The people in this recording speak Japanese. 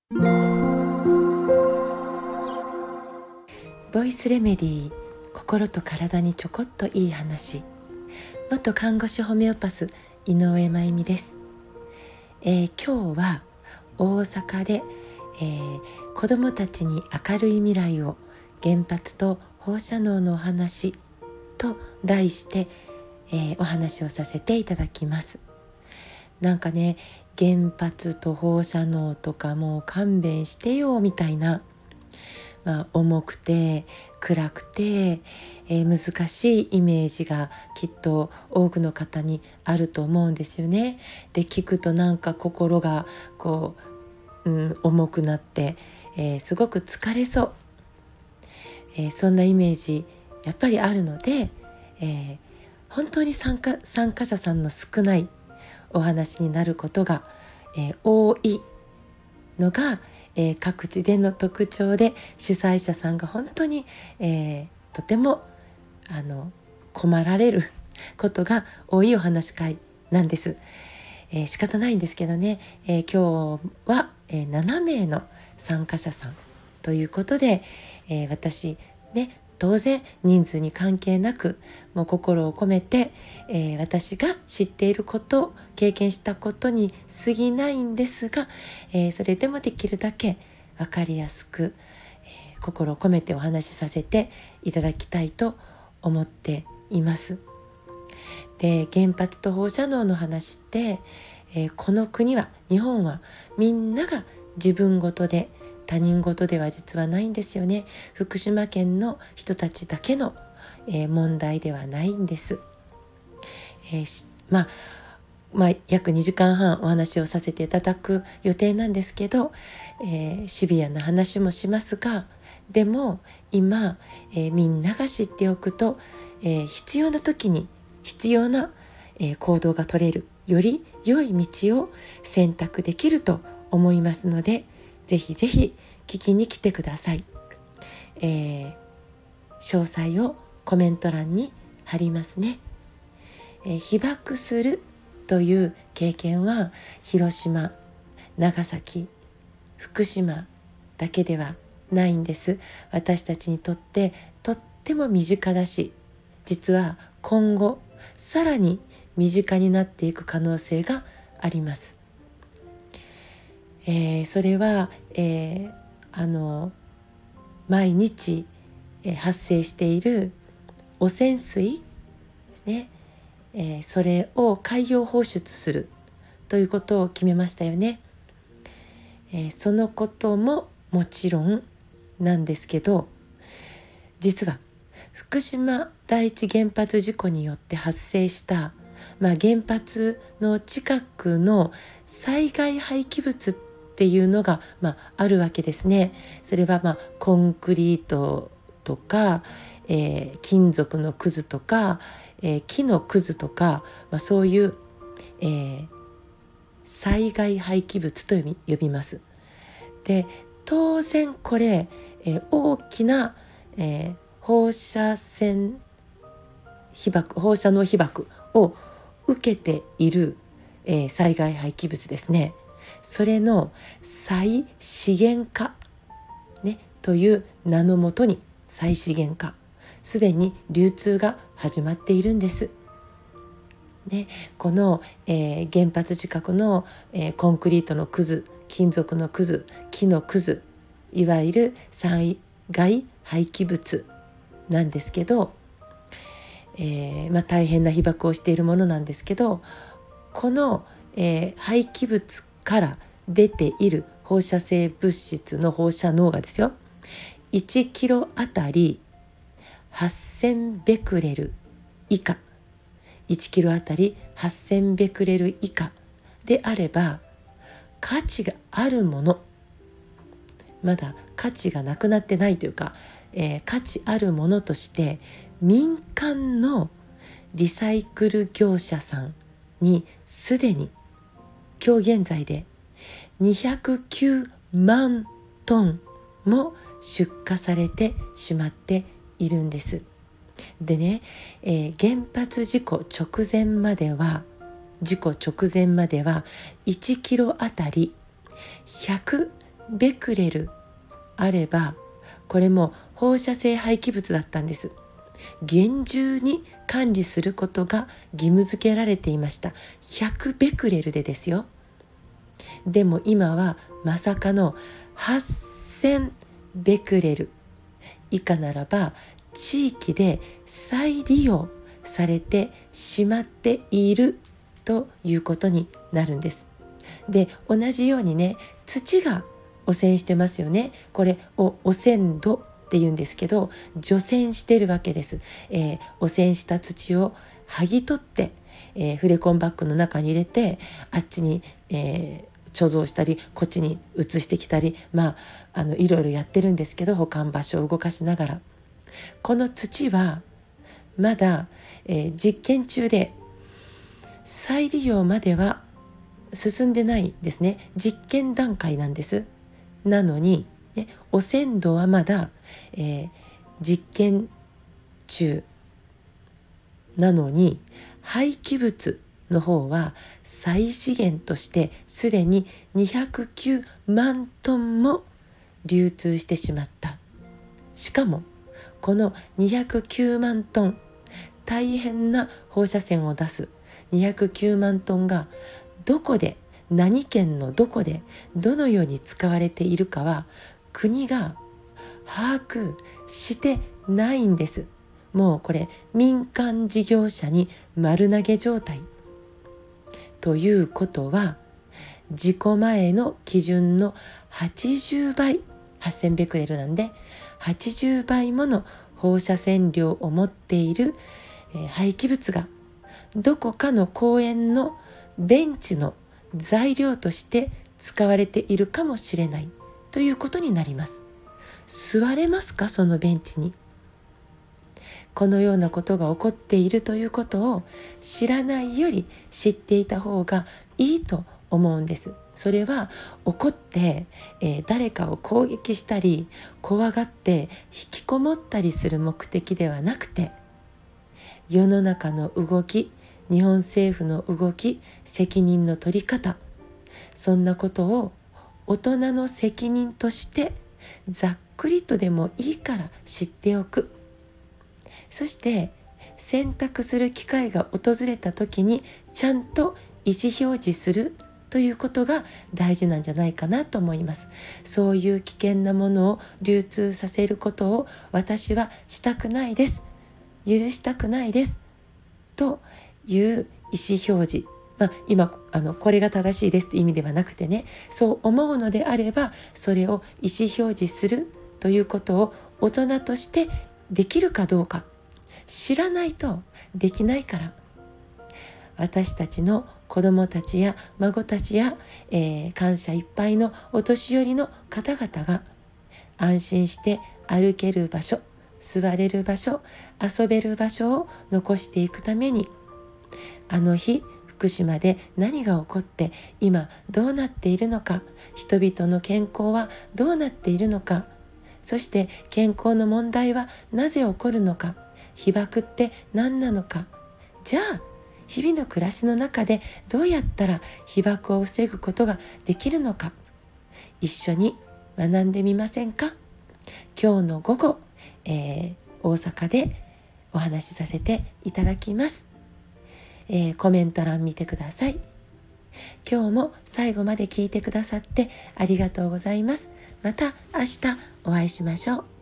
ボイスレメディー、心と体にちょこっといい話。元看護師ホメオパス井上真由美です。今日は大阪で、子どもたちに明るい未来を、原発と放射能のお話と題して、お話をさせていただきます。なんかね、原発と放射能とかもう勘弁してよみたいな、重くて暗くて、難しいイメージがきっと多くの方にあると思うんですよね。で、聞くとなんか心が重くなって、すごく疲れそう、そんなイメージやっぱりあるので、本当に参加者さんの少ないお話になることが、多いのが、各地での特徴で、主催者さんが本当に、とても困られることが多いお話し会なんです。仕方ないんですけどね、今日は、7名の参加者さんということで、私ね、当然人数に関係なく、もう心を込めて、私が知っていること、経験したことに過ぎないんですが、それでもできるだけ分かりやすく、心を込めてお話しさせていただきたいと思っています。で、原発と放射能の話って、この国は、日本はみんなが自分ごとで、他人事では実はないんですよね。福島県の人たちだけの、問題ではないんです。約2時間半お話をさせていただく予定なんですけど、シビアな話もしますが、でも今、みんなが知っておくと、必要な時に必要な、行動が取れる、より良い道を選択できると思いますので、ぜひぜひ聞きに来てください。詳細をコメント欄に貼りますね。被爆するという経験は広島、長崎、福島だけではないんです。私たちにとってとっても身近だし、実は今後さらに身近になっていく可能性があります。それは、毎日、発生している汚染水ですね、それを海洋放出するということを決めましたよね。そのことももちろんなんですけど、実は福島第一原発事故によって発生した、原発の近くの災害廃棄物っていうのが、あるわけですね。それはコンクリートとか、金属のくずとか、木のくずとか、そういう、災害廃棄物と呼びます。で、当然これ、大きな、放射能被曝を受けている、災害廃棄物ですね。それの再資源化、という名のもとに、再資源化、すでに流通が始まっているんです。この、原発近くの、コンクリートのくず、金属のくず、木のくず、いわゆる災害廃棄物なんですけど、大変な被曝をしているものなんですけど、この、廃棄物から出ている放射性物質の放射能がですよ、1キロあたり8000ベクレル以下、1キロあたり8000ベクレル以下であれば、価値があるもの、まだ価値がなくなってないというか、価値あるものとして民間のリサイクル業者さんにすでに今日現在で209万トンも出荷されてしまっているんです。でね、原発事故直前までは1キロあたり100 ベクレルあれば、これも放射性廃棄物だったんです。厳重に管理することが義務付けられていました。100ベクレルでですよ。でも今はまさかの8000ベクレル以下ならば、地域で再利用されてしまっているということになるんです。で、同じようにね、土が汚染してますよね。これを汚染土って言うんですけど、除染してるわけです。汚染した土を剥ぎ取って、フレコンバッグの中に入れて、あっちに、貯蔵したり、こっちに移してきたり、いろいろやってるんですけど、保管場所を動かしながら、この土はまだ、実験中で再利用までは進んでないですね。実験段階なんです。なのに、ね、汚染土はまだ、実験中なのに、廃棄物の方は再資源としてすでに209万トンも流通してしまった。しかもこの209万トン、大変な放射線を出す209万トンがどこで、何県のどこでどのように使われているかは国が把握してないんです。もうこれ民間事業者に丸投げ状態ということは、事故前の基準の80倍、8000ベクレルなんで80倍もの放射線量を持っている、廃棄物がどこかの公園のベンチの材料として使われているかもしれないということになります。座れますか、そのベンチに。このようなことが起こっているということを知らないより知っていた方がいいと思うんです。それは怒って、誰かを攻撃したり怖がって引きこもったりする目的ではなくて、世の中の動き、日本政府の動き、責任の取り方、そんなことを大人の責任としてざっくりとでもいいから知っておく。そして選択する機会が訪れた時にちゃんと意思表示するということが大事なんじゃないかなと思います。そういう危険なものを流通させることを私はしたくないです、許したくないですという意思表示、今これが正しいですという意味ではなくてね、そう思うのであればそれを意思表示するということを大人としてできるかどうか、知らないとできないから、私たちの子どもたちや孫たちや、感謝いっぱいのお年寄りの方々が安心して歩ける場所、座れる場所、遊べる場所を残していくために、あの日福島で何が起こって今どうなっているのか、人々の健康はどうなっているのか、そして健康の問題はなぜ起こるのか、被爆って何なのか、じゃあ日々の暮らしの中でどうやったら被爆を防ぐことができるのか、一緒に学んでみませんか。今日の午後、大阪でお話しさせていただきます。コメント欄見てください。今日も最後まで聞いてくださってありがとうございます。また明日お会いしましょう。